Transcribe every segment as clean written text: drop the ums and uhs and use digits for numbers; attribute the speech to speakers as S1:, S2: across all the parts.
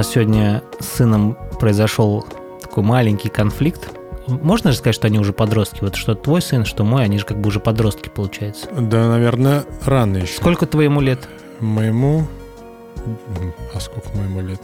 S1: сегодня с сыном произошел такой маленький конфликт. Можно же сказать, что они уже подростки? Вот что твой сын, что мой, они же как бы уже подростки, получается.
S2: Да, наверное, рано еще.
S1: Сколько твоему лет?
S2: Моему... А сколько моему лет?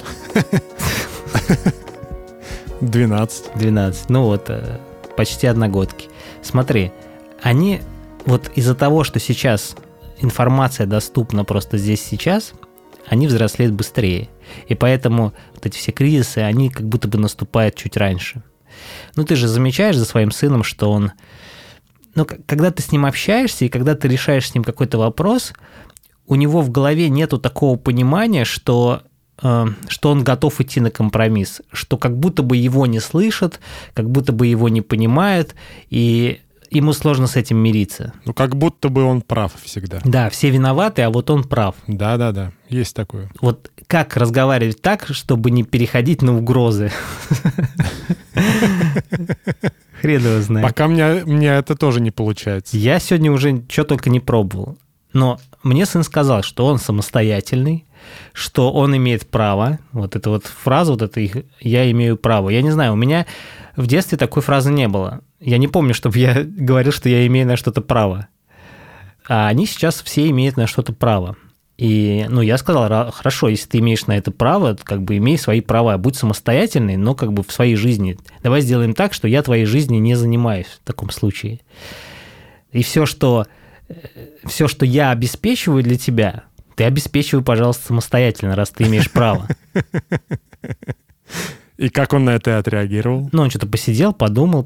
S2: 12.
S1: 12. Ну вот, почти одногодки. Смотри, они вот из-за того, что сейчас информация доступна просто здесь сейчас, они взрослеют быстрее. И поэтому вот эти все кризисы, они как будто бы наступают чуть раньше. Ну, ты же замечаешь за своим сыном, что он... Ну, когда ты с ним общаешься, и когда ты решаешь с ним какой-то вопрос, у него в голове нету такого понимания, что он готов идти на компромисс, что как будто бы его не слышат, как будто бы его не понимают, и ему сложно с этим мириться.
S2: Ну, как будто бы он прав всегда.
S1: Да, все виноваты, а вот он прав.
S2: Да, есть такое.
S1: Вот как разговаривать так, чтобы не переходить на угрозы? Хрен его знает.
S2: Пока мне это тоже не получается.
S1: Я сегодня уже что только не пробовал. Но мне сын сказал, что он самостоятельный, что он имеет право. Вот эта вот фраза, вот это «я имею право». Я не знаю, у меня в детстве такой фразы не было. Я не помню, чтобы я говорил, что я имею на что-то право. А они сейчас все имеют на что-то право. И, я сказал, хорошо, если ты имеешь на это право, как бы имей свои права, будь самостоятельный, но как бы в своей жизни. Давай сделаем так, что я твоей жизнью не занимаюсь в таком случае. И все, что я обеспечиваю для тебя, ты обеспечивай, пожалуйста, самостоятельно, раз ты имеешь право.
S2: И как он на это отреагировал?
S1: Он что-то посидел, подумал,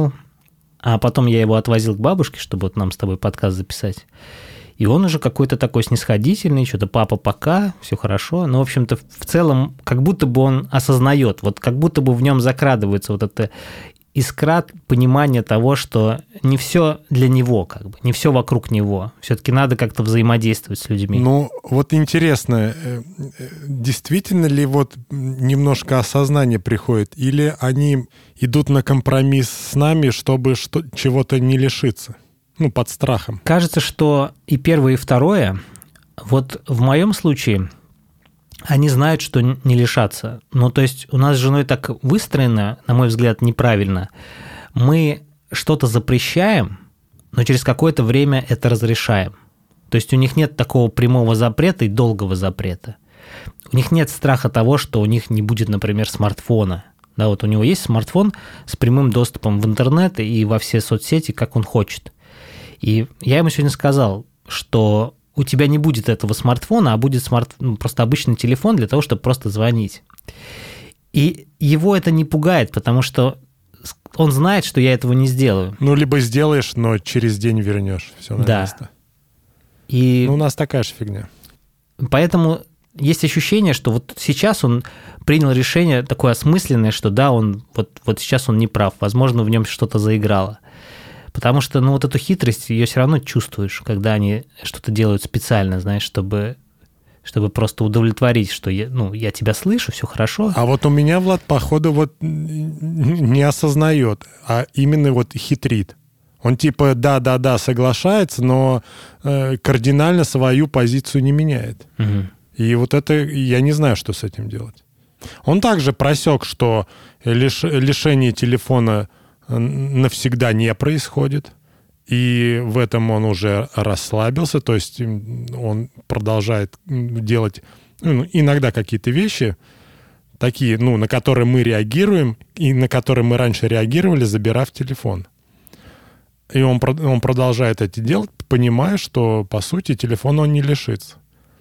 S1: а потом я его отвозил к бабушке, чтобы вот нам с тобой подкаст записать. И он уже какой-то такой снисходительный, что-то «папа, пока, все хорошо». Но, в общем-то, в целом, как будто бы он осознает, вот как будто бы в нем закрадывается вот эта искра понимания того, что не все для него, как бы, не все вокруг него. Все-таки надо как-то взаимодействовать с людьми.
S2: Ну, вот интересно, действительно ли вот немножко осознание приходит, или они идут на компромисс с нами, чтобы чего-то не лишиться? Под страхом.
S1: Кажется, что и первое, и второе, вот в моем случае, они знают, что не лишатся. То есть у нас с женой так выстроено, на мой взгляд, неправильно. Мы что-то запрещаем, но через какое-то время это разрешаем. То есть у них нет такого прямого запрета и долгого запрета. У них нет страха того, что у них не будет, например, смартфона. Да, вот у него есть смартфон с прямым доступом в интернет и во все соцсети, как он хочет. И я ему сегодня сказал, что у тебя не будет этого смартфона, а будет просто обычный телефон для того, чтобы просто звонить. И его это не пугает, потому что он знает, что я этого не сделаю.
S2: Либо сделаешь, но через день вернешь все на место.
S1: И
S2: у нас такая же фигня.
S1: Поэтому есть ощущение, что вот сейчас он принял решение такое осмысленное, что да, он вот сейчас он не прав, возможно, в нем что-то заиграло. Потому что, вот эту хитрость, ее все равно чувствуешь, когда они что-то делают специально, знаешь, чтобы просто удовлетворить, что я тебя слышу, все хорошо.
S2: А вот у меня Влад, походу, не осознает, а именно хитрит. Он типа да, соглашается, но кардинально свою позицию не меняет.
S1: Угу.
S2: И вот это, я не знаю, что с этим делать. Он также просек, что лишение телефона навсегда не происходит, и в этом он уже расслабился, то есть он продолжает делать иногда какие-то вещи, такие, на которые мы реагируем, и на которые мы раньше реагировали, забирав телефон. И он продолжает это делать, понимая, что, по сути, телефона он не лишится.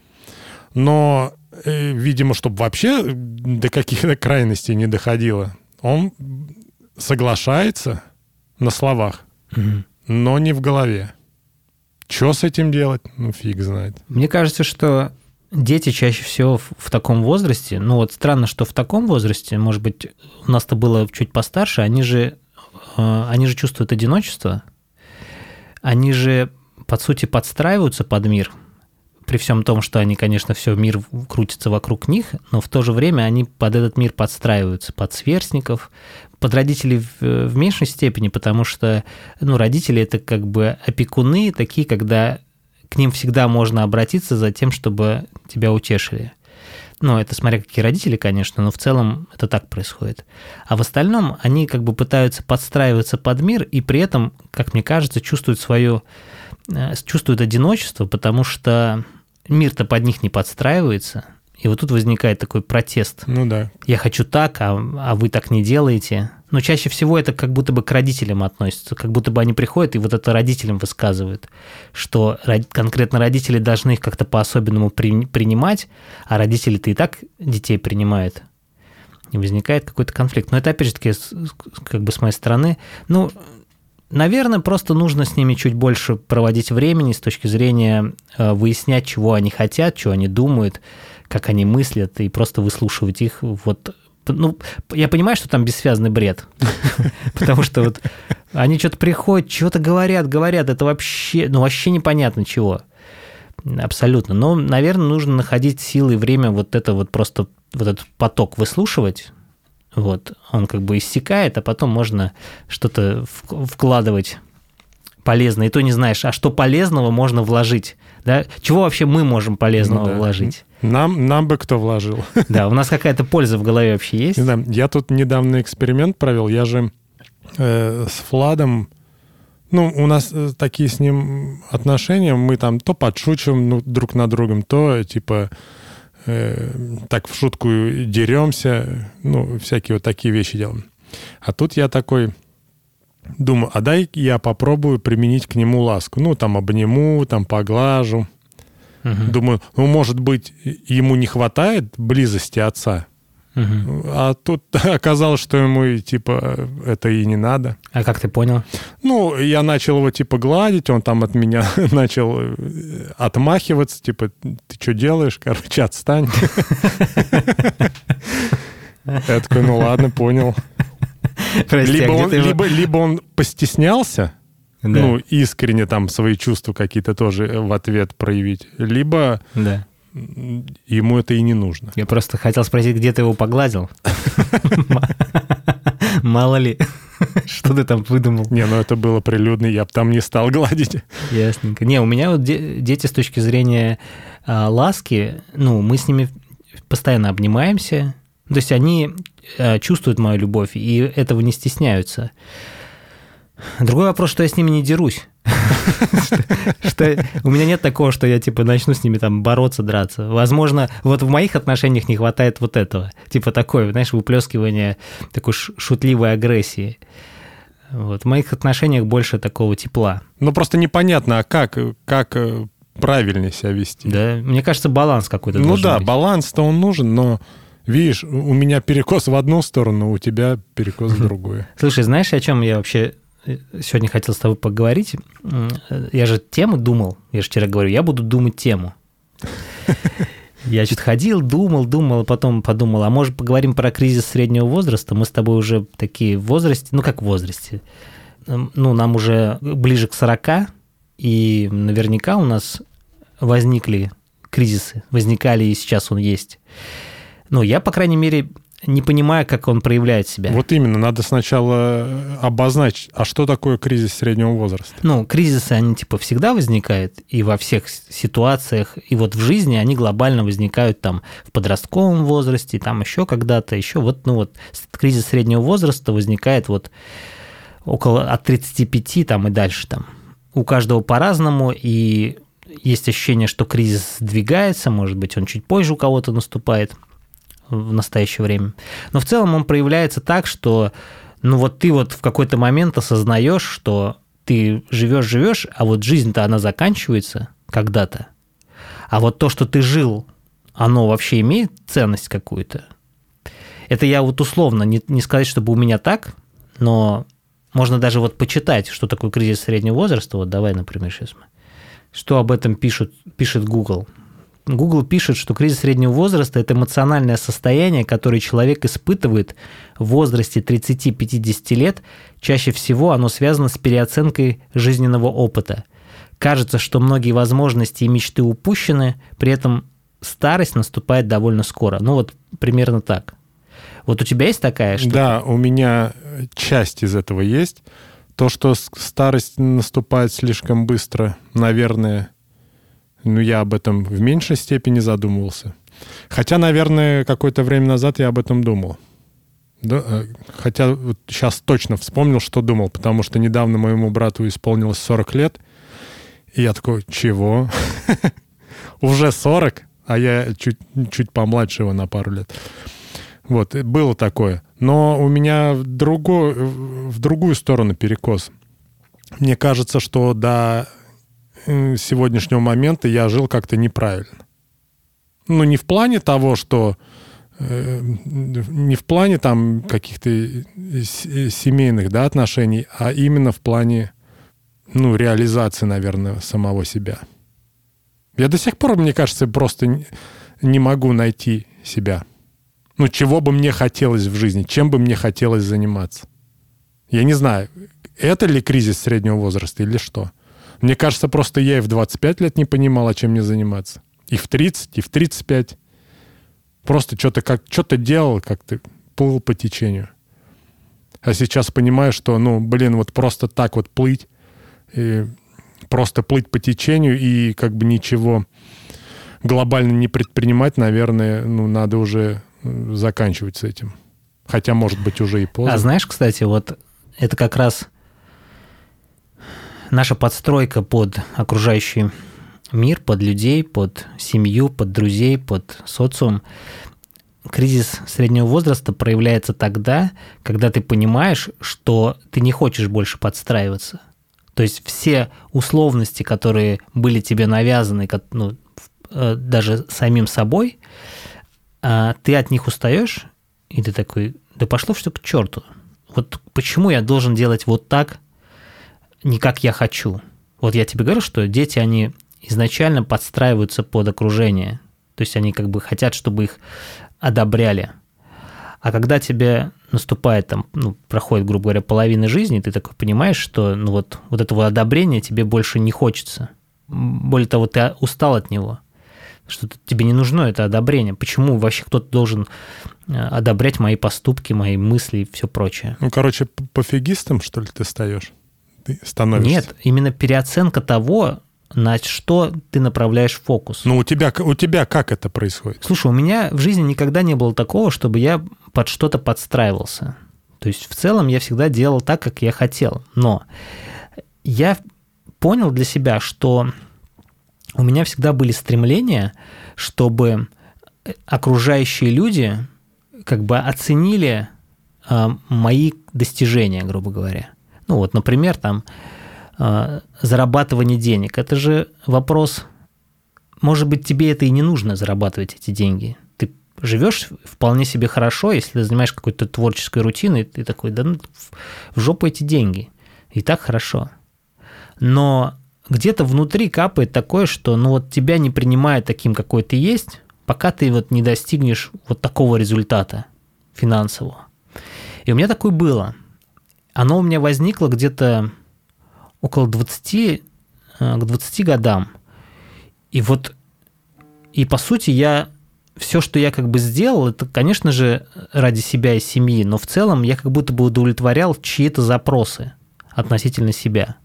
S2: Но, видимо, чтобы вообще до каких-то крайностей не доходило, он соглашается на словах, но не в голове. Что с этим делать? Фиг знает.
S1: Мне кажется, что дети чаще всего в таком возрасте, странно, что в таком возрасте, может быть, у нас-то было чуть постарше, они же чувствуют одиночество, они же, по сути, подстраиваются под мир, при всем том, что они, конечно, мир крутится вокруг них, но в то же время они под этот мир подстраиваются, под сверстников, под родителей в меньшей степени, потому что родители – это как бы опекуны такие, когда к ним всегда можно обратиться за тем, чтобы тебя утешили. Ну, это смотря какие родители, конечно, но в целом это так происходит. А в остальном они как бы пытаются подстраиваться под мир и при этом, как мне кажется, чувствуют одиночество, потому что мир-то под них не подстраивается. И вот тут возникает такой протест.
S2: Ну да.
S1: Я хочу так, а вы так не делаете. Но чаще всего это как будто бы к родителям относится, как будто бы они приходят и вот это родителям высказывают, что конкретно родители должны их как-то по-особенному принимать, а родители-то и так детей принимают. И возникает какой-то конфликт. Но это, опять же таки, как бы с моей стороны, ну, наверное, просто нужно с ними чуть больше проводить времени с точки зрения выяснять, чего они хотят, чего они думают, как они мыслят, и просто выслушивать их. Вот. Ну, я понимаю, что там бессвязный бред, потому что вот они что-то приходят, что-то говорят, это вообще непонятно чего. Абсолютно. Но, наверное, нужно находить силы и время вот этот поток выслушивать. Вот. Он как бы иссякает, а потом можно что-то вкладывать полезное. И то не знаешь, а что полезного можно вложить. Да? Чего вообще мы можем полезного вложить?
S2: Нам бы кто вложил.
S1: Да, у нас какая-то польза в голове вообще есть.
S2: Да, я тут недавно эксперимент провел. Я же с Владом... Ну, у нас такие с ним отношения. Мы там то подшучиваем друг над другом, то типа так в шутку деремся. Ну, всякие вот такие вещи делаем. А тут я такой... Думаю, а дай я попробую применить к нему ласку. Ну, там обниму, там поглажу. Угу. Думаю, ну, может быть, ему не хватает близости отца. Угу. А тут оказалось, что ему, типа, это и не надо.
S1: А как ты понял?
S2: Ну, я начал его, типа, гладить, он там от меня начал отмахиваться, типа, ты что делаешь? Короче, отстань. Я такой, ну ладно, понял. Прости, либо он постеснялся, да. Ну, искренне там свои чувства какие-то тоже в ответ проявить, либо ему это и не нужно.
S1: Я просто хотел спросить, где ты его погладил? Мало ли, что ты там выдумал.
S2: Не, ну это было прилюдно, я бы там не стал гладить.
S1: Ясненько. Не, у меня вот дети с точки зрения ласки, ну, мы с ними постоянно обнимаемся. То есть они чувствуют мою любовь и этого не стесняются. Другой вопрос, что я с ними не дерусь. У меня нет такого, что я типа начну с ними там бороться, драться. Возможно, вот в моих отношениях не хватает вот этого. Типа такое, знаешь, выплескивание такой шутливой агрессии. Вот. В моих отношениях больше такого тепла.
S2: Ну просто непонятно, а как правильнее себя вести?
S1: Да, мне кажется, баланс какой-то
S2: должен быть. Ну да,
S1: баланс-то
S2: он нужен, но... Видишь, у меня перекос в одну сторону, у тебя перекос в другую.
S1: Слушай, знаешь, о чем я вообще сегодня хотел с тобой поговорить? Я же тему думал, я же вчера говорю, я буду думать тему. Я что-то ходил, думал, а потом подумал, а может поговорим про кризис среднего возраста? Мы с тобой уже такие в возрасте, ну как в возрасте? Ну, нам уже ближе к 40, и наверняка у нас возникли кризисы, возникали и сейчас он есть. Ну, я, по крайней мере, не понимаю, как он проявляет себя.
S2: Вот именно, надо сначала обозначить, а что такое кризис среднего возраста?
S1: Ну, кризисы, они типа всегда возникают, и во всех ситуациях, и вот в жизни они глобально возникают там в подростковом возрасте, там еще когда-то, еще вот, ну вот, кризис среднего возраста возникает вот от 35 там и дальше там. У каждого по-разному, и есть ощущение, что кризис сдвигается, может быть, он чуть позже у кого-то наступает в настоящее время. Но в целом он проявляется так, что ну вот ты вот в какой-то момент осознаешь, что ты живешь, а вот жизнь-то она заканчивается когда-то. А вот то, что ты жил, оно вообще имеет ценность какую-то. Это я вот условно, не сказать, чтобы у меня так, но можно даже вот почитать, что такое кризис среднего возраста. Вот давай, например, сейчас мы. Что об этом пишет Google. Google пишет, что кризис среднего возраста – это эмоциональное состояние, которое человек испытывает в возрасте 30-50 лет. Чаще всего оно связано с переоценкой жизненного опыта. Кажется, что многие возможности и мечты упущены, при этом старость наступает довольно скоро. Ну вот примерно так. Вот у тебя есть такая штука?
S2: Да, у меня часть из этого есть. То, что старость наступает слишком быстро, наверное, я об этом в меньшей степени задумывался. Хотя, наверное, какое-то время назад я об этом думал. Да, хотя вот сейчас точно вспомнил, что думал, потому что недавно моему брату исполнилось 40 лет, и я такой, чего? Уже 40, а я чуть помладше его на пару лет. Вот, было такое. Но у меня в другую сторону перекос. Мне кажется, что до сегодняшнего момента я жил как-то неправильно. Ну, не в плане того, что... Не в плане там каких-то семейных, да, отношений, а именно в плане, ну, реализации, наверное, самого себя. Я до сих пор, мне кажется, просто не могу найти себя. Ну, чего бы мне хотелось в жизни, чем бы мне хотелось заниматься. Я не знаю, это ли кризис среднего возраста или что. Мне кажется, просто я и в 25 лет не понимал, чем мне заниматься. И в 30, и в 35. Просто что-то делал, как-то плыл по течению. А сейчас понимаю, что, вот просто так вот плыть, и просто плыть по течению и как бы ничего глобально не предпринимать, наверное, надо уже заканчивать с этим. Хотя, может быть, уже и поздно.
S1: А знаешь, кстати, вот это как раз наша подстройка под окружающий мир, под людей, под семью, под друзей, под социум. Кризис среднего возраста проявляется тогда, когда ты понимаешь, что ты не хочешь больше подстраиваться. То есть все условности, которые были тебе навязаны, даже самим собой, ты от них устаешь, и ты такой, да пошло все к черту. Вот почему я должен делать вот так, не как я хочу? Вот я тебе говорю, что дети, они изначально подстраиваются под окружение. То есть они как бы хотят, чтобы их одобряли. А когда тебе наступает, проходит, грубо говоря, половина жизни, ты такой понимаешь, что вот этого одобрения тебе больше не хочется. Более того, ты устал от него. Что тебе не нужно это одобрение. Почему вообще кто-то должен одобрять мои поступки, мои мысли и все прочее?
S2: Пофигистом, что ли, ты становишься?
S1: Нет, именно переоценка того, на что ты направляешь фокус.
S2: У тебя как это происходит?
S1: Слушай, у меня в жизни никогда не было такого, чтобы я под что-то подстраивался. То есть в целом я всегда делал так, как я хотел. Но я понял для себя, что у меня всегда были стремления, чтобы окружающие люди как бы оценили мои достижения, грубо говоря. Например, зарабатывание денег. Это же вопрос, может быть, тебе это и не нужно зарабатывать эти деньги. Ты живешь вполне себе хорошо, если ты занимаешь какой-то творческой рутиной, ты такой, в жопу эти деньги. И так хорошо. Но где-то внутри капает такое, что тебя не принимают таким, какой ты есть, пока ты не достигнешь такого результата финансового. И у меня такое было. Оно у меня возникло где-то около 20 годам. И по сути все, что я как бы сделал, это, конечно же, ради себя и семьи, но в целом я как будто бы удовлетворял чьи-то запросы относительно себя.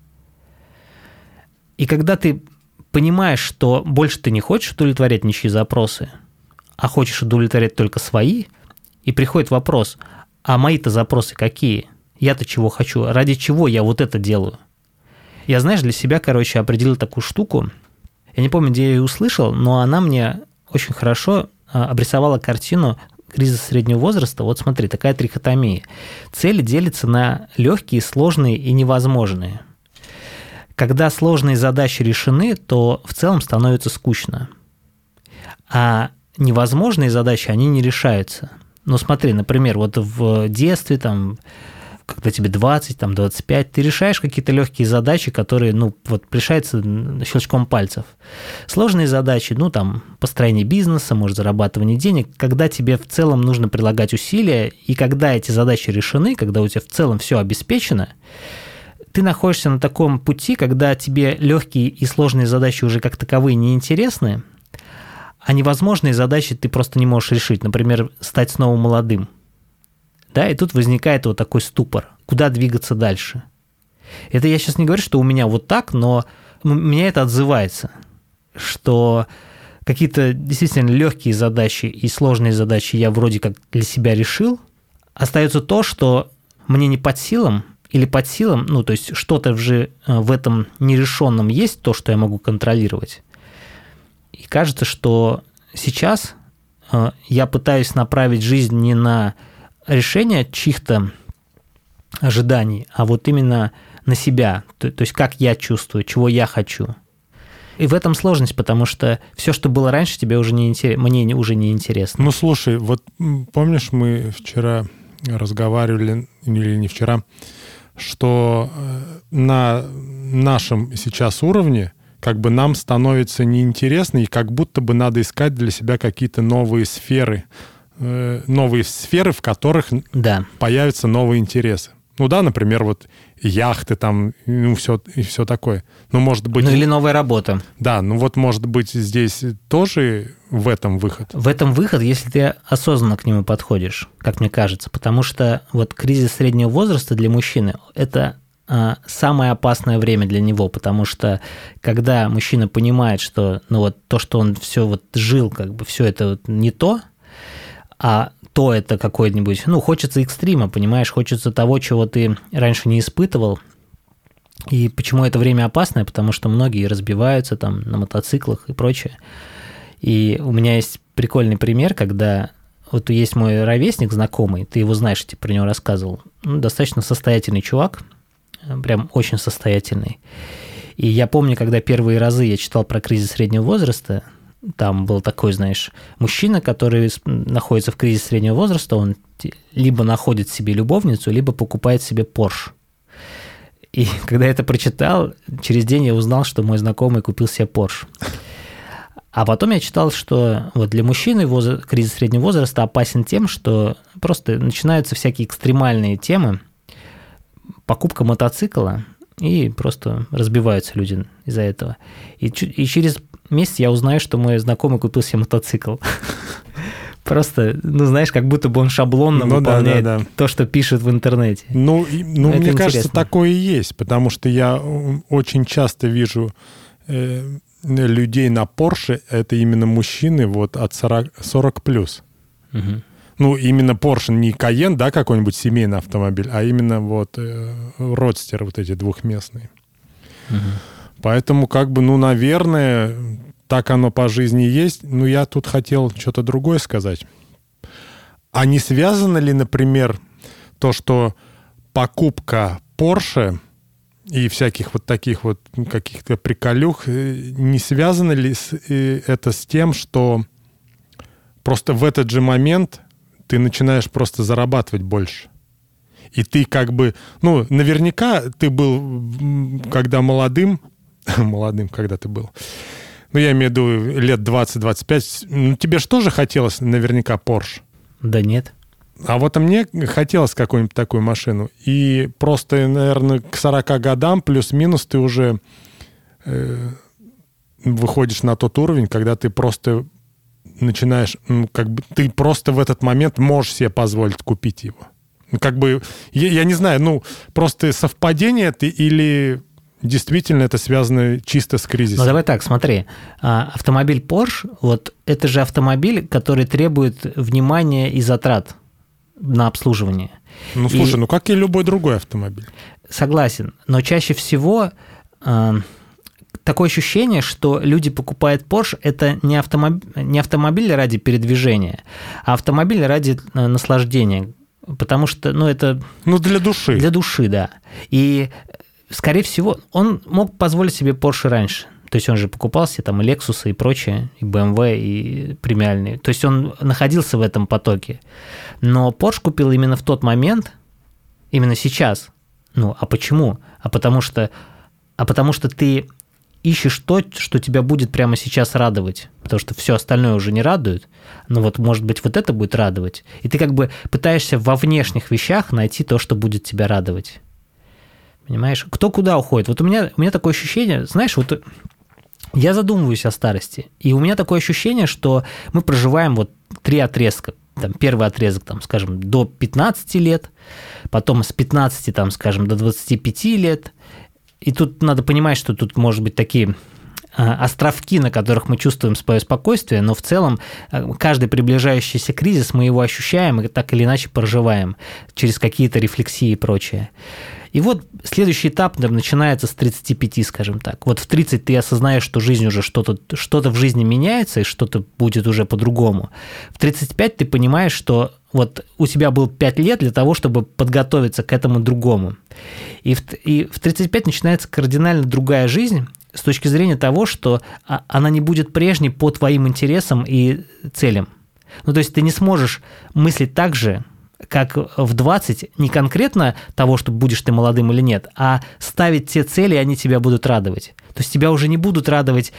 S1: И когда ты понимаешь, что больше ты не хочешь удовлетворять ничьи запросы, а хочешь удовлетворять только свои, и приходит вопрос, а мои-то запросы какие? Я-то чего хочу? Ради чего я вот это делаю? Я, знаешь, для себя, определил такую штуку. Я не помню, где я ее услышал, но она мне очень хорошо обрисовала картину кризиса среднего возраста. Вот смотри, такая трихотомия. Цели делятся на легкие, сложные и невозможные. Когда сложные задачи решены, то в целом становится скучно. А невозможные задачи, они не решаются. Смотри, например, в детстве, когда тебе 20, 25, ты решаешь какие-то легкие задачи, которые, решаются щелчком пальцев. Сложные задачи, построение бизнеса, может, зарабатывание денег, когда тебе в целом нужно прилагать усилия, и когда эти задачи решены, когда у тебя в целом все обеспечено, ты находишься на таком пути, когда тебе легкие и сложные задачи уже как таковые неинтересны, а невозможные задачи ты просто не можешь решить. Например, стать снова молодым. Да, и тут возникает такой ступор. Куда двигаться дальше? Это я сейчас не говорю, что у меня так, но у меня это отзывается. Что какие-то действительно легкие задачи и сложные задачи я вроде как для себя решил. Остается то, что мне не под силам или под силам, ну, то есть что-то же в этом нерешенном есть, то, что я могу контролировать. И кажется, что сейчас я пытаюсь направить жизнь не на решение чьих-то ожиданий, а вот именно на себя, то есть как я чувствую, чего я хочу. И в этом сложность, потому что все, что было раньше, тебе уже не интересно, мне уже не интересно.
S2: Ну, слушай, вот помнишь, мы вчера разговаривали, или не вчера, что на нашем сейчас уровне как бы нам становится неинтересно, и как будто бы надо искать для себя какие-то новые сферы, в которых появятся новые интересы. Ну да, например, вот яхты там, ну все такое. Ну, может быть...
S1: Ну или новая работа.
S2: Да, ну вот, может быть, здесь тоже в этом выход.
S1: В этом выход, если ты осознанно к нему подходишь, как мне кажется. Потому что вот кризис среднего возраста для мужчины – это самое опасное время для него, потому что когда мужчина понимает, что ну вот то, что он все вот жил, как бы все это вот не то, а то это какой-нибудь, ну, хочется экстрима, понимаешь, хочется того, чего ты раньше не испытывал. И почему это время опасное? Потому что многие разбиваются там на мотоциклах и прочее. И у меня есть прикольный пример, когда вот есть мой ровесник знакомый, ты его знаешь, я тебе про него рассказывал, ну, достаточно состоятельный чувак, прям очень состоятельный. И я помню, когда первые разы я читал про кризис среднего возраста, там был такой, знаешь, мужчина, который находится в кризисе среднего возраста, он либо находит себе любовницу, либо покупает себе Porsche. И когда я это прочитал, через день я узнал, что мой знакомый купил себе Porsche. А потом я читал, что вот для мужчины кризис среднего возраста опасен тем, что просто начинаются всякие экстремальные темы, покупка мотоцикла, и просто разбиваются люди из-за этого. И через месяц я узнаю, что мой знакомый купил себе мотоцикл. Просто, ну, знаешь, как будто бы он шаблонно выполняет то, что пишет в интернете.
S2: Ну мне кажется, такое и есть, потому что я очень часто вижу людей на Porsche, это именно мужчины вот от 40 плюс.
S1: Угу.
S2: Ну, именно Porsche, не Cayenne, да, какой-нибудь семейный автомобиль, а именно вот родстеры вот эти двухместные.
S1: Угу.
S2: Поэтому как бы, ну, наверное, так оно по жизни есть. Но я тут хотел что-то другое сказать. А не связано ли, например, то, что покупка Porsche и всяких вот таких вот каких-то приколюх, не связано ли это с тем, что просто в этот же момент ты начинаешь просто зарабатывать больше? И ты как бы... Ну, наверняка ты был, когда молодым, когда ты был, ну, я имею в виду лет 20-25, ну, тебе же тоже хотелось наверняка Porsche?
S1: Да нет.
S2: А вот мне хотелось какую-нибудь такую машину. И просто, наверное, к 40 годам плюс-минус ты уже выходишь на тот уровень, когда ты просто начинаешь... Ну, как бы ты просто в этот момент можешь себе позволить купить его. Как бы, я не знаю, ну, просто совпадение это или действительно это связано чисто с кризисом?
S1: Ну, давай так, смотри. Автомобиль Porsche, вот это же автомобиль, который требует внимания и затрат на обслуживание.
S2: Ну, слушай, ну как и любой другой автомобиль.
S1: Согласен, но чаще всего такое ощущение, что люди покупают Porsche, это не автомобиль ради передвижения, а автомобиль ради наслаждения. Потому что, ну, это...
S2: Ну, для души.
S1: Для души, да. И, скорее всего, он мог позволить себе Porsche раньше. То есть он же покупал себе там и Lexus, и прочее, и BMW, и премиальные. То есть он находился в этом потоке. Но Porsche купил именно в тот момент, именно сейчас. Ну, а почему? А потому что ты ищешь то, что тебя будет прямо сейчас радовать, потому что все остальное уже не радует, но вот, может быть, вот это будет радовать. И ты как бы пытаешься во внешних вещах найти то, что будет тебя радовать. Понимаешь? Кто куда уходит? Вот у меня такое ощущение, знаешь, вот я задумываюсь о старости, и у меня такое ощущение, что мы проживаем вот 3 отрезка. Там, первый отрезок, там, скажем, до 15 лет, потом с 15, там, скажем, до 25 лет. И тут надо понимать, что тут, может быть, такие островки, на которых мы чувствуем свое спокойствие, но в целом каждый приближающийся кризис мы его ощущаем и так или иначе проживаем через какие-то рефлексии и прочее. И вот следующий этап начинается с 35, скажем так. Вот в 30 ты осознаешь, что жизнь уже что-то в жизни меняется, и что-то будет уже по-другому. В 35 ты понимаешь, что вот у тебя было 5 лет для того, чтобы подготовиться к этому другому. И в 35 начинается кардинально другая жизнь с точки зрения того, что она не будет прежней по твоим интересам и целям. Ну, то есть ты не сможешь мыслить так же, как в 20, не конкретно того, что будешь ты молодым или нет, а ставить те цели, и они тебя будут радовать. То есть тебя уже не будут радовать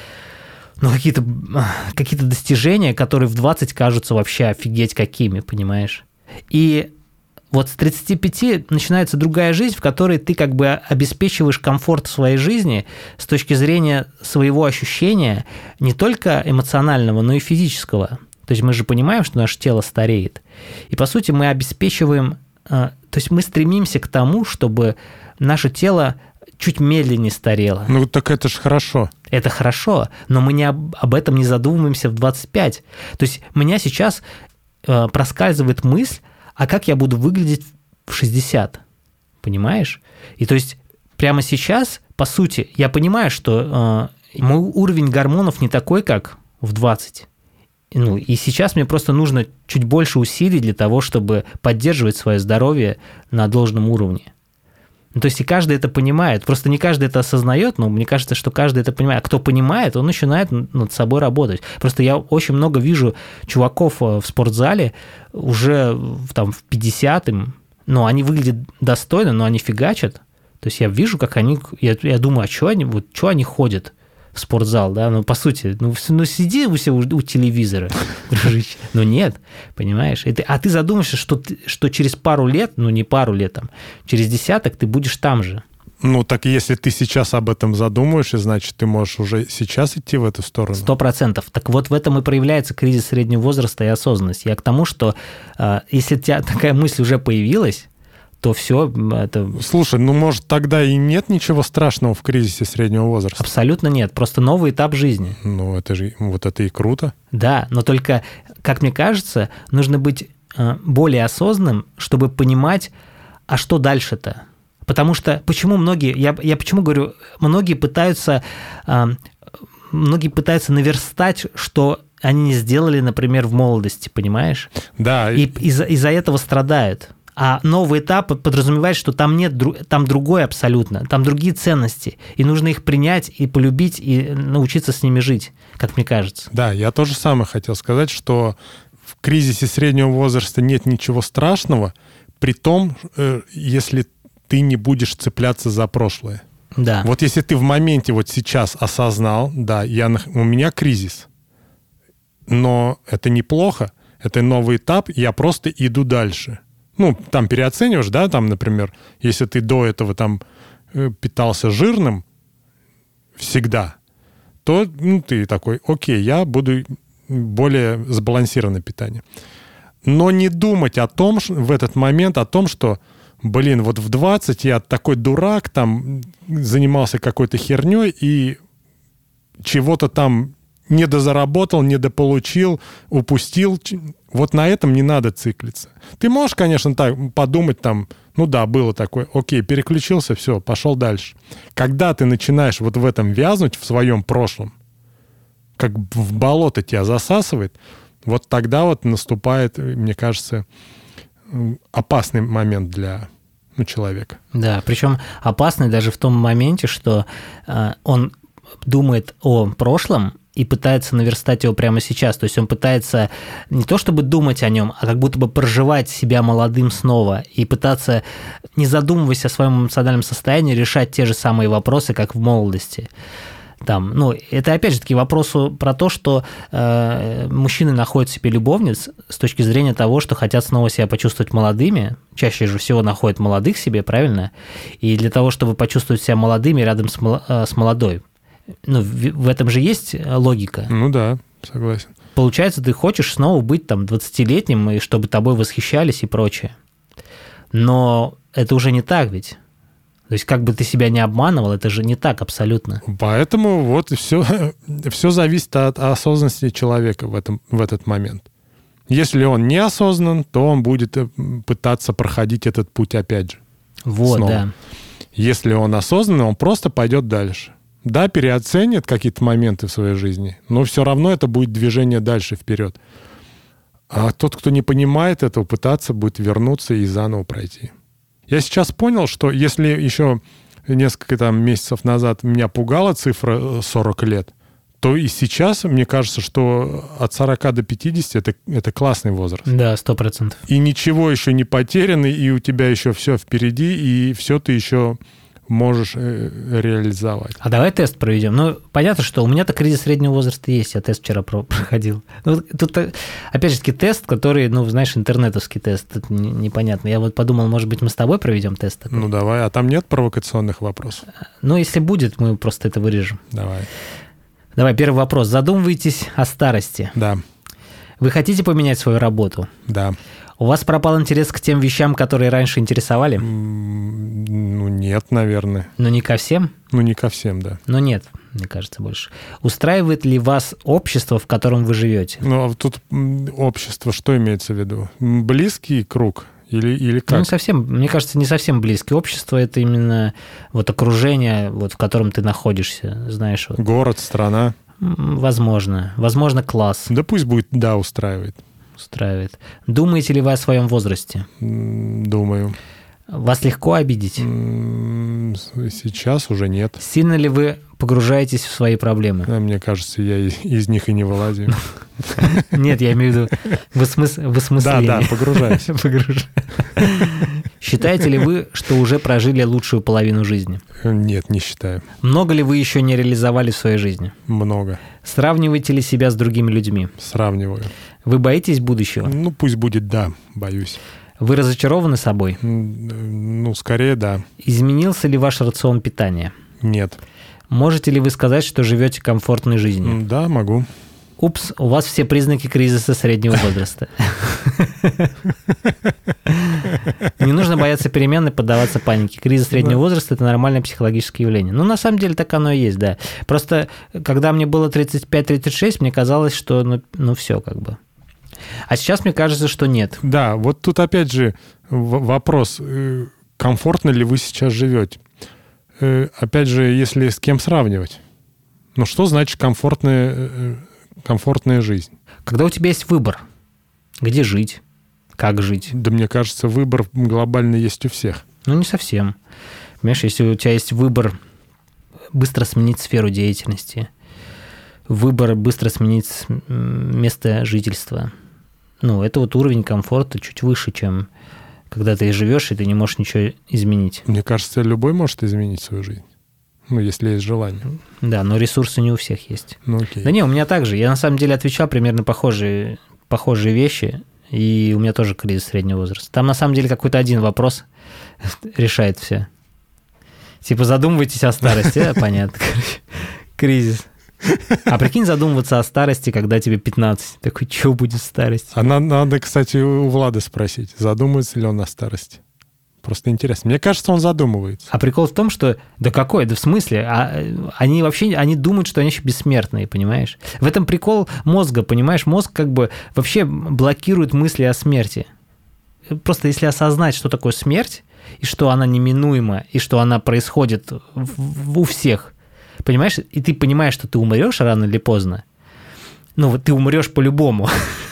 S1: какие-то достижения, которые в 20 кажутся вообще офигеть какими, понимаешь? И вот с 35 начинается другая жизнь, в которой ты как бы обеспечиваешь комфорт в своей жизни с точки зрения своего ощущения не только эмоционального, но и физического. То есть мы же понимаем, что наше тело стареет. И, по сути, мы обеспечиваем... То есть мы стремимся к тому, чтобы наше тело чуть медленнее старело.
S2: Ну, так это же хорошо.
S1: Это хорошо, но мы об этом не задумываемся в 25. То есть меня сейчас проскальзывает мысль, а как я буду выглядеть в 60? Понимаешь? И то есть прямо сейчас, по сути, я понимаю, что мой уровень гормонов не такой, как в 20. Ну, и сейчас мне просто нужно чуть больше усилий для того, чтобы поддерживать свое здоровье на должном уровне. Ну, то есть и каждый это понимает. Просто не каждый это осознает, но мне кажется, что каждый это понимает. А кто понимает, он начинает над собой работать. Просто я очень много вижу чуваков в спортзале уже там, в 50-м, но они выглядят достойно, но они фигачат. То есть я вижу, как они... Я думаю, а что они ходят в спортзал, да? Ну, по сути, сиди у телевизора, дружище. Ну, нет, понимаешь? А ты задумаешься, что через пару лет, ну, не пару лет, там, через десяток ты будешь там же.
S2: Ну, так если ты сейчас об этом задумаешься, значит, ты можешь уже сейчас идти в эту сторону.
S1: 100%. Так вот в этом и проявляется кризис среднего возраста и осознанность. Я к тому, что если у тебя такая мысль уже появилась, то все это...
S2: Слушай, ну, может, тогда и нет ничего страшного в кризисе среднего возраста?
S1: Абсолютно нет. Просто новый этап жизни.
S2: Ну, это же вот это и круто.
S1: Да, но только, как мне кажется, нужно быть более осознанным, чтобы понимать, а что дальше-то? Потому что почему многие... Я почему говорю, многие пытаются наверстать, что они не сделали, например, в молодости, понимаешь?
S2: Да.
S1: И из-за этого страдают. А новый этап подразумевает, что там другое абсолютно, там другие ценности, и нужно их принять и полюбить, и научиться с ними жить, как мне кажется.
S2: Да, я тоже самое хотел сказать, что в кризисе среднего возраста нет ничего страшного, при том, если ты не будешь цепляться за прошлое.
S1: Да.
S2: Вот если ты в моменте вот сейчас осознал, да, у меня кризис, но это неплохо, это новый этап, я просто иду дальше. Ну, там переоцениваешь, да, там, например, если ты до этого там питался жирным всегда, то ты такой, окей, я буду более сбалансированное питание. Но не думать о том, в этот момент о том, что, блин, вот в 20 я такой дурак, там, занимался какой-то херней и чего-то там недозаработал, недополучил, упустил. Вот на этом не надо циклиться. Ты можешь, конечно, так подумать там, ну да, было такое, окей, переключился, все, пошел дальше. Когда ты начинаешь вот в этом вязнуть, в своем прошлом, как в болото тебя засасывает, вот тогда вот наступает, мне кажется, опасный момент для человека.
S1: Да, причем опасный даже в том моменте, что он думает о прошлом и пытается наверстать его прямо сейчас. То есть он пытается не то чтобы думать о нем, а как будто бы проживать себя молодым снова и пытаться, не задумываясь о своем эмоциональном состоянии, решать те же самые вопросы, как в молодости. Там, ну, это опять же таки вопрос про то, что мужчины находят себе любовниц с точки зрения того, что хотят снова себя почувствовать молодыми. Чаще же всего находят молодых себе, правильно? И для того, чтобы почувствовать себя молодыми рядом с молодой. Ну, в этом же есть логика.
S2: Ну да, согласен.
S1: Получается, ты хочешь снова быть там 20-летним, и чтобы тобой восхищались и прочее. Но это уже не так ведь. То есть как бы ты себя не обманывал, это же не так абсолютно.
S2: Поэтому вот все зависит от осознанности человека в этот момент. Если он неосознан, то он будет пытаться проходить этот путь опять же.
S1: Вот,
S2: снова.
S1: да.
S2: Если он осознанный, он просто пойдет дальше. Да, переоценит какие-то моменты в своей жизни, но все равно это будет движение дальше, вперед. А тот, кто не понимает этого, пытаться будет вернуться и заново пройти. Я сейчас понял, что если еще несколько месяцев назад меня пугала цифра 40 лет, то и сейчас, мне кажется, что от 40 до 50 это классный возраст.
S1: Да, 100%.
S2: И ничего еще не потеряно, и у тебя еще все впереди, и все ты еще можешь реализовать.
S1: А давай тест проведем. Ну, понятно, что у меня-то кризис среднего возраста есть, я тест вчера проходил. Ну, тут, опять же таки, тест, который, ну, знаешь, интернетовский тест, это непонятно. Я вот подумал, может быть, мы с тобой проведем тест такой?
S2: Ну, давай. А там нет провокационных вопросов?
S1: Ну, если будет, мы просто это вырежем. Давай, первый вопрос. Задумываетесь о старости?
S2: Да.
S1: Вы хотите поменять свою работу?
S2: Да.
S1: У вас пропал интерес к тем вещам, которые раньше интересовали?
S2: Ну, нет, наверное.
S1: Но не ко всем?
S2: Ну, не ко всем, да.
S1: Но нет, мне кажется, больше. Устраивает ли вас общество, в котором вы живете?
S2: Ну, а тут общество, что имеется в виду? Близкий круг или как?
S1: Ну, не совсем, мне кажется, не совсем близкий. Общество – это именно вот окружение, вот, в котором ты находишься, знаешь. Вот.
S2: Город, страна?
S1: Возможно. Возможно, класс.
S2: Да пусть будет, да, устраивает.
S1: Устраивает. Думаете ли вы о своем возрасте?
S2: Думаю.
S1: Вас легко обидеть?
S2: Сейчас уже нет.
S1: Сильно ли вы погружаетесь в свои проблемы?
S2: Мне кажется, я из них и не вылазю.
S1: Нет, я имею в виду в осмыслении.
S2: Да, погружаюсь.
S1: Считаете ли вы, что уже прожили лучшую половину жизни?
S2: Нет, не считаю.
S1: Много ли вы еще не реализовали в своей жизни?
S2: Много.
S1: Сравниваете ли себя с другими людьми?
S2: Сравниваю.
S1: Вы боитесь будущего?
S2: Ну, пусть будет да, боюсь.
S1: Вы разочарованы собой?
S2: Ну, скорее да.
S1: Изменился ли ваш рацион питания?
S2: Нет.
S1: Можете ли вы сказать, что живете комфортной жизнью?
S2: Да, могу.
S1: Упс, у вас все признаки кризиса среднего возраста. Не нужно бояться перемен и поддаваться панике. Кризис среднего возраста – это нормальное психологическое явление. Ну, на самом деле, так оно и есть, да. Просто, когда мне было 35-36, мне казалось, что, ну, все как бы. А сейчас мне кажется, что нет.
S2: Да, вот тут опять же вопрос, комфортно ли вы сейчас живете. Опять же, если с кем сравнивать. Ну, что значит комфортная жизнь?
S1: Когда у тебя есть выбор, где жить, как жить.
S2: Да мне кажется, выбор глобально есть у всех.
S1: Ну, не совсем. Понимаешь, если у тебя есть выбор быстро сменить сферу деятельности, выбор быстро сменить место жительства, ну, это вот уровень комфорта чуть выше, чем когда ты живешь, и ты не можешь ничего изменить.
S2: Мне кажется, любой может изменить свою жизнь. Ну, если есть желание.
S1: Да, но ресурсы не у всех есть.
S2: Ну, окей.
S1: Да не, у меня также. Я на самом деле отвечал примерно похожие вещи, и у меня тоже кризис среднего возраста. Там на самом деле какой-то один вопрос решает все. Типа задумывайтесь о старости, понятно, кризис. А прикинь, задумываться о старости, когда тебе 15. Такой, что будет старость?
S2: А надо, кстати, у Влада спросить, задумывается ли он о старости. Просто интересно. Мне кажется, он задумывается.
S1: А прикол в том, что... Да какой? Да в смысле? Они вообще... Они думают, что они еще бессмертные, понимаешь? В этом прикол мозга, понимаешь? Мозг как бы вообще блокирует мысли о смерти. Просто если осознать, что такое смерть, и что она неминуема, и что она происходит у всех, понимаешь? И ты понимаешь, что ты умрешь рано или поздно. Ну, вот ты умрешь по-любому.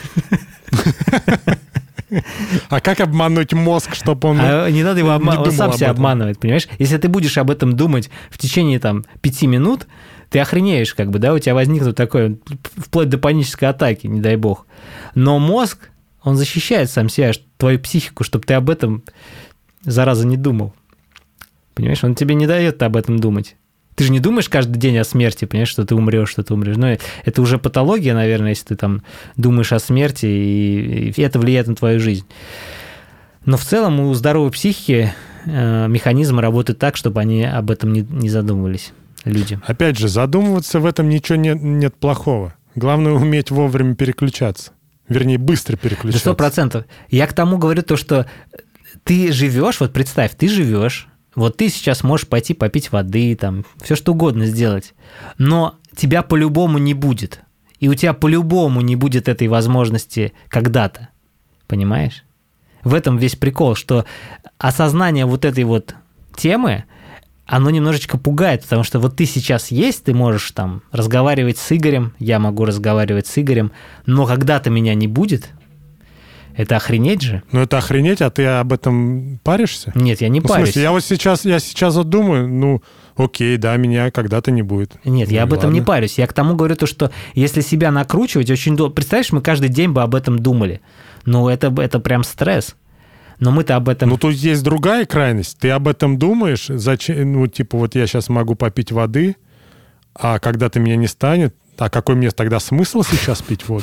S2: А как обмануть мозг, чтобы он
S1: не надо его обманывать, он сам себя обманывает, понимаешь? Если ты будешь об этом думать в течение 5 минут, ты охренеешь, как бы, да, у тебя возникнет такое, вплоть до панической атаки, не дай бог. Но мозг, он защищает сам себя, твою психику, чтобы ты об этом, зараза, не думал. Понимаешь, он тебе не дает об этом думать. Ты же не думаешь каждый день о смерти, понимаешь, что ты умрешь. Но это уже патология, наверное, если ты там думаешь о смерти, и это влияет на твою жизнь. Но в целом у здоровой психики механизмы работают так, чтобы они об этом не задумывались, люди.
S2: Опять же, задумываться в этом ничего нет плохого. Главное уметь вовремя переключаться. Вернее, быстро переключаться.
S1: Да 100%. Я к тому говорю то, что ты живешь, вот представь, ты живешь Вот ты сейчас можешь пойти попить воды, там, все что угодно сделать. Но тебя по-любому не будет. И у тебя по-любому не будет этой возможности когда-то. Понимаешь? В этом весь прикол, что осознание вот этой вот темы, оно немножечко пугает, потому что вот ты сейчас есть, ты можешь там разговаривать с Игорем, я могу разговаривать с Игорем, но когда-то меня не будет. Это охренеть же.
S2: Ну, это охренеть, а ты об этом паришься?
S1: Нет, я не парюсь.
S2: В смысле, я сейчас вот думаю, окей, да, меня когда-то не будет.
S1: Нет, я об этом не парюсь. Я к тому говорю, то, что если себя накручивать, очень долго... Представляешь, мы каждый день бы об этом думали. Ну, это прям стресс. Но мы-то об этом...
S2: Ну, тут есть другая крайность. Ты об этом думаешь, зачем... Ну, типа, вот я сейчас могу попить воды, а когда-то меня не станет, а какой мне тогда смысл сейчас пить воду?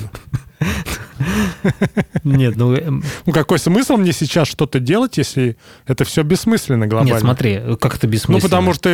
S1: Нет, ну...
S2: Ну, какой смысл мне сейчас что-то делать, если это все бессмысленно глобально?
S1: Нет, смотри, как это бессмысленно?
S2: Ну, потому что,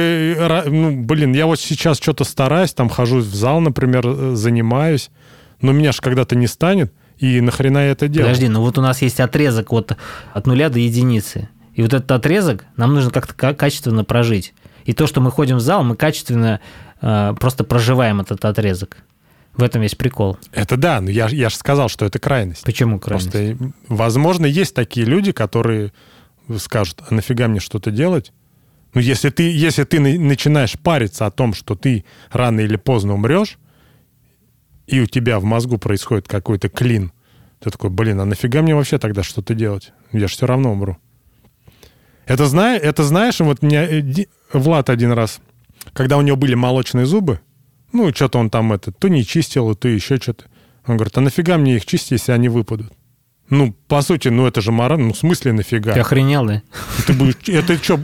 S2: я вот сейчас что-то стараюсь, там хожу в зал, например, занимаюсь, но меня же когда-то не станет, и нахрена я это делаю?
S1: Подожди, ну вот у нас есть отрезок вот от 0 до единицы, и вот этот отрезок нам нужно как-то качественно прожить. И то, что мы ходим в зал, мы качественно просто проживаем этот отрезок. В этом весь прикол.
S2: Это да, но я же сказал, что это крайность.
S1: Почему крайность?
S2: Просто, возможно, есть такие люди, которые скажут, а нафига мне что-то делать? Ну, если ты начинаешь париться о том, что ты рано или поздно умрешь, и у тебя в мозгу происходит какой-то клин, ты такой, а нафига мне вообще тогда что-то делать? Я же все равно умру. Это знаешь, вот меня Влад один раз, когда у него были молочные зубы, ну, что-то он там то не чистил, то еще что-то. Он говорит, а нафига мне их чистить, если они выпадут? Ну, по сути, это же мораль. Ну, в смысле нафига?
S1: Ты охренел, да?
S2: Ты будешь... Это что?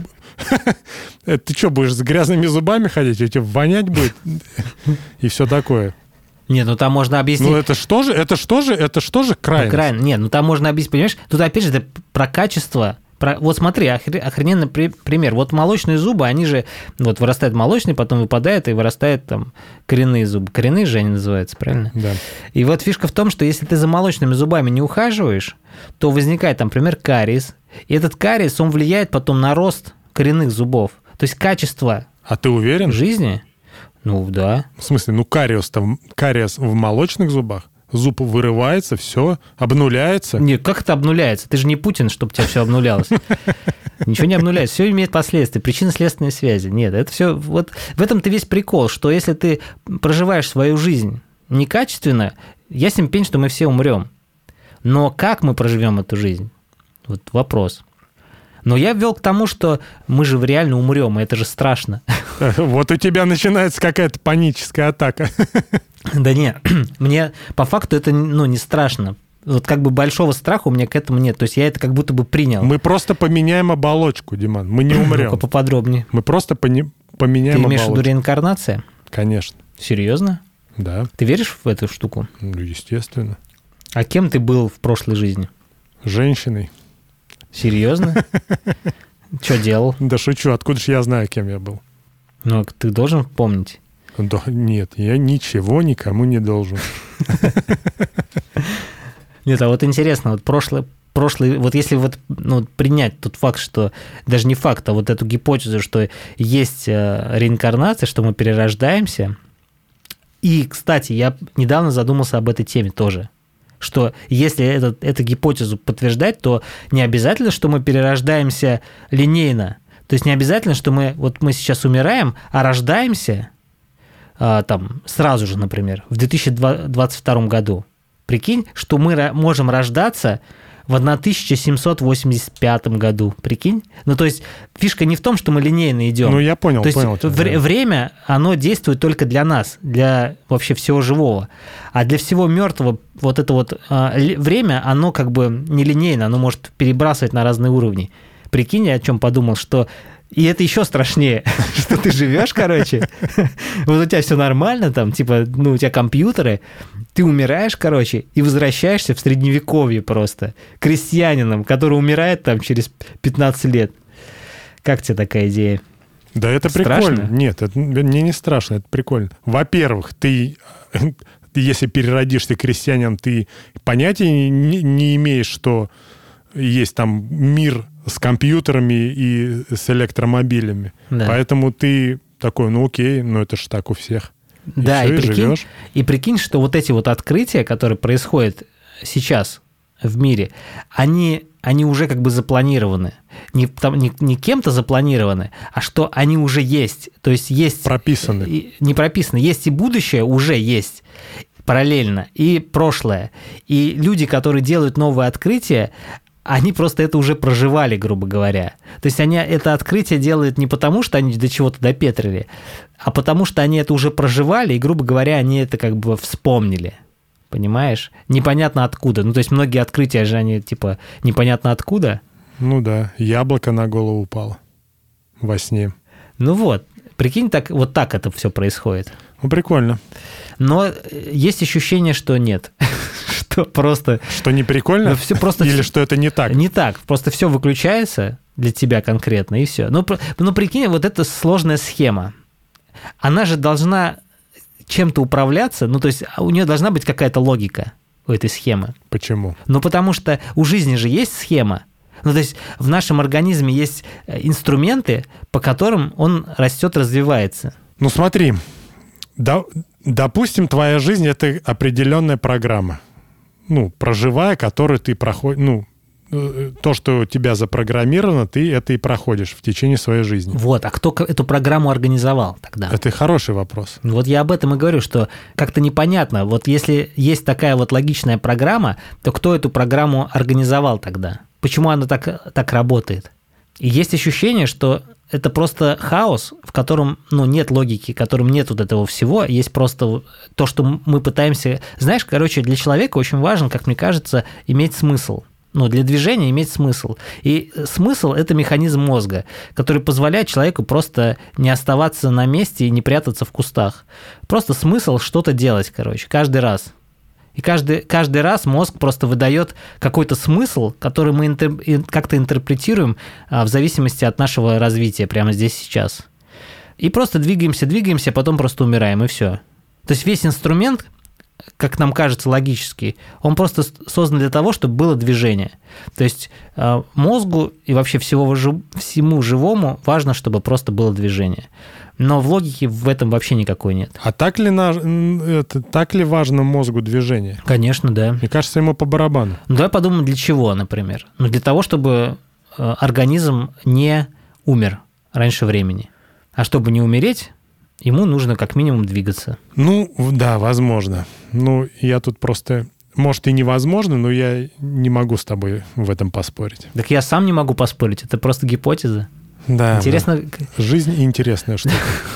S2: Ты что, будешь с грязными зубами ходить? У тебя вонять будет? И все такое.
S1: Нет, ну там можно объяснить...
S2: Ну, это что же крайность?
S1: Нет, ну там можно объяснить, понимаешь? Тут опять же это про качество... Вот смотри, охрененный пример. Вот молочные зубы, они же... Вот вырастают молочные, потом выпадают, и вырастают там коренные зубы. Коренные же они называются, правильно?
S2: Да.
S1: И вот фишка в том, что если ты за молочными зубами не ухаживаешь, то возникает, там, например, кариес. И этот кариес, он влияет потом на рост коренных зубов. То есть качество...
S2: А ты уверен?
S1: Жизни? Ну, да.
S2: В смысле, кариес в молочных зубах? Зуб вырывается, все, обнуляется.
S1: Нет, как это обнуляется? Ты же не Путин, чтобы у тебя все обнулялось. Ничего не обнуляется, все имеет последствия, причинно-следственные связи. Нет, это все... Вот в этом-то весь прикол, что если ты проживаешь свою жизнь некачественно, ясен пень, что мы все умрем. Но как мы проживем эту жизнь? Вот вопрос. Но я ввел к тому, что мы же реально умрем, и это же страшно.
S2: Вот у тебя начинается какая-то паническая атака.
S1: Да нет, мне по факту это не страшно. Вот как бы большого страха у меня к этому нет. То есть я это как будто бы принял.
S2: Мы просто поменяем оболочку, Диман. Мы не умрем.
S1: Ну-ка поподробнее.
S2: Мы просто поменяем оболочку.
S1: Ты имеешь в виду реинкарнация?
S2: Конечно.
S1: Серьезно?
S2: Да.
S1: Ты веришь в эту штуку?
S2: Ну, естественно.
S1: А кем ты был в прошлой жизни?
S2: Женщиной.
S1: Серьезно? Что делал?
S2: Да шучу, откуда же я знаю, кем я был?
S1: Ну, ты должен помнить.
S2: Да, нет, я ничего никому не должен.
S1: Нет, а вот интересно, вот прошлый, вот если вот принять тот факт, что даже не факт, а вот эту гипотезу, что есть реинкарнация, что мы перерождаемся. И, кстати, я недавно задумался об этой теме тоже, что если эту гипотезу подтверждать, то не обязательно, что мы перерождаемся линейно. То есть не обязательно, что мы сейчас умираем, а рождаемся там сразу же, например, в 2022 году. Прикинь, что мы можем рождаться в 1785 году. Прикинь? Ну, то есть фишка не в том, что мы линейно идем.
S2: Ну, я понял.
S1: То есть время, оно действует только для нас, для вообще всего живого. А для всего мертвого вот это вот время, оно как бы нелинейно, оно может перебрасывать на разные уровни. Прикинь, я о чем подумал, что... И это еще страшнее, что ты живешь, короче, вот у тебя все нормально, там, типа, у тебя компьютеры, ты умираешь, короче, и возвращаешься в средневековье просто, крестьянином, который умирает там через 15 лет. Как тебе такая идея?
S2: Да это
S1: страшно?
S2: Прикольно. Нет, это мне не страшно, это прикольно. Во-первых, ты если переродишься крестьянином, ты понятия не имеешь, что есть там мир с компьютерами и с электромобилями.
S1: Да.
S2: Поэтому ты такой, ну окей, ну это ж так у всех.
S1: Да, и прикинь, что вот эти вот открытия, которые происходят сейчас в мире, они уже как бы запланированы. Не кем-то запланированы, а что они уже есть. То есть есть...
S2: Прописаны.
S1: Не прописаны. Есть и будущее, уже есть параллельно, и прошлое. И люди, которые делают новые открытия, они просто это уже проживали, грубо говоря. То есть они это открытие делают не потому, что они до чего-то допетрили, а потому что они это уже проживали, и, грубо говоря, они это как бы вспомнили. Понимаешь? Непонятно откуда. Ну, то есть многие открытия же, они типа непонятно откуда.
S2: Ну да, яблоко на голову упало во сне.
S1: Ну вот, прикинь, вот так это все происходит.
S2: Ну, прикольно.
S1: Но есть ощущение, что нет. Что просто...
S2: Что не прикольно?
S1: Все просто...
S2: Или что это не так?
S1: Не так. Просто все выключается для тебя конкретно, и все. Ну, прикинь, вот эта сложная схема. Она же должна чем-то управляться, ну, то есть у нее должна быть какая-то логика у этой схемы.
S2: Почему?
S1: Ну, потому что у жизни же есть схема. Ну, то есть в нашем организме есть инструменты, по которым он растет, развивается.
S2: Ну, смотри, допустим, твоя жизнь – это определенная программа, ну, проживая, которую ты проходишь, ну, то, что у тебя запрограммировано, ты это и проходишь в течение своей жизни.
S1: Вот, а кто эту программу организовал тогда?
S2: Это хороший вопрос.
S1: Вот я об этом и говорю, что как-то непонятно. Вот если есть такая вот логичная программа, то кто эту программу организовал тогда? Почему она так работает? И есть ощущение, что это просто хаос, в котором нет логики, в котором нет вот этого всего, есть просто то, что мы пытаемся... Знаешь, короче, для человека очень важно, как мне кажется, иметь смысл. Для движения иметь смысл. И смысл – это механизм мозга, который позволяет человеку просто не оставаться на месте и не прятаться в кустах. Просто смысл что-то делать, каждый раз. И каждый раз мозг просто выдает какой-то смысл, который мы как-то интерпретируем в зависимости от нашего развития прямо здесь сейчас. И просто двигаемся, потом просто умираем, и все. То есть весь инструмент, как нам кажется, логический, он просто создан для того, чтобы было движение. То есть мозгу и вообще всему живому важно, чтобы просто было движение. Но в логике в этом вообще никакой нет.
S2: А так ли важно мозгу движение?
S1: Конечно, да.
S2: Мне кажется, ему по барабану.
S1: Давай подумаем, для чего, например. Для того, чтобы организм не умер раньше времени. А чтобы не умереть, ему нужно как минимум двигаться.
S2: Да, возможно. Я тут просто... Может, и невозможно, но я не могу с тобой в этом поспорить.
S1: Так я сам не могу поспорить, это просто гипотеза.
S2: Да.
S1: Интересно.
S2: Да. Жизнь интересная штука.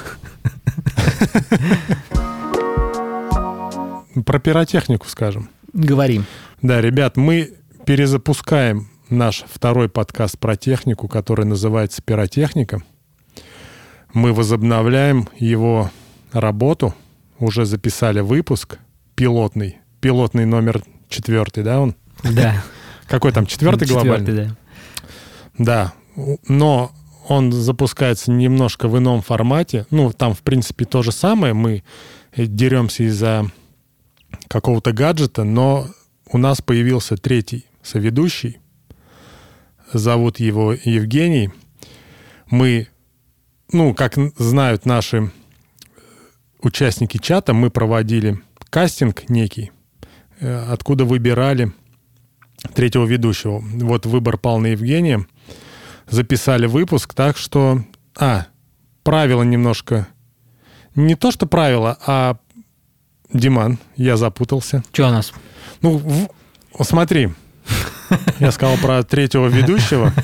S2: Про пиротехнику скажем.
S1: Говорим.
S2: Да, ребят, мы перезапускаем наш второй подкаст про технику, который называется «Пиротехника». Мы возобновляем его работу. Уже записали выпуск пилотный. Пилотный номер 4, да, он?
S1: Да.
S2: Какой там, 4-й глобальный?
S1: 4-й, да.
S2: Да, но он запускается немножко в ином формате. Там, в принципе, то же самое. Мы деремся из-за какого-то гаджета, но у нас появился третий соведущий. Зовут его Евгений. Мы, как знают наши участники чата, мы проводили кастинг некий, откуда выбирали третьего ведущего. Вот выбор пал на Евгения. Записали выпуск, так что... правила немножко... Не то, что правила, а... Диман, я запутался.
S1: Что у нас?
S2: Смотри. Я сказал про третьего ведущего.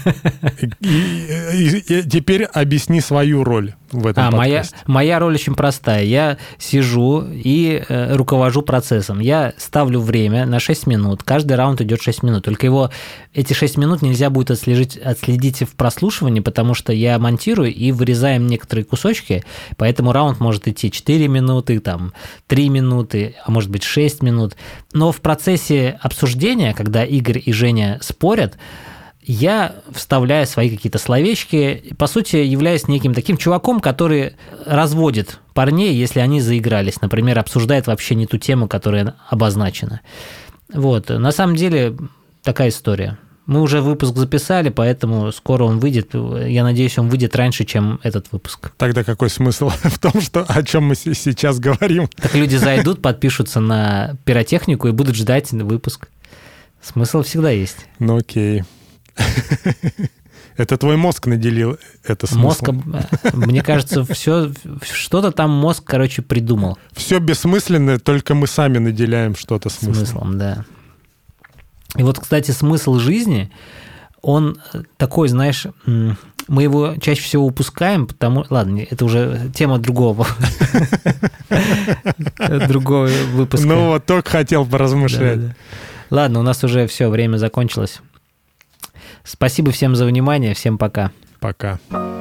S2: И теперь объясни свою роль в этом подкасте.
S1: Моя роль очень простая. Я сижу и руковожу процессом. Я ставлю время на 6 минут. Каждый раунд идет 6 минут. Только эти 6 минут нельзя будет отследить в прослушивании, потому что я монтирую и вырезаем некоторые кусочки, поэтому раунд может идти 4 минуты, 3 минуты, а может быть 6 минут. Но в процессе обсуждения, когда Игорь и Женя спорят, я вставляю свои какие-то словечки, по сути, являюсь неким таким чуваком, который разводит парней, если они заигрались, например, обсуждает вообще не ту тему, которая обозначена. На самом деле такая история. Мы уже выпуск записали, поэтому скоро он выйдет. Я надеюсь, он выйдет раньше, чем этот выпуск.
S2: Тогда какой смысл в том, о чем мы сейчас говорим?
S1: Так люди зайдут, подпишутся на пиротехнику и будут ждать выпуск. Смысл всегда есть.
S2: Ну окей. Это твой мозг наделил это смыслом.
S1: Мне кажется, что-то там мозг, придумал.
S2: Все бессмысленное, только мы сами наделяем что-то смыслом.
S1: Смыслом, да. И вот, кстати, смысл жизни, он такой, знаешь, мы его чаще всего упускаем, потому... Ладно, это уже тема другого выпуска.
S2: Ну вот, только хотел поразмышлять.
S1: Ладно, у нас уже все, время закончилось. Спасибо всем за внимание, всем пока.
S2: Пока.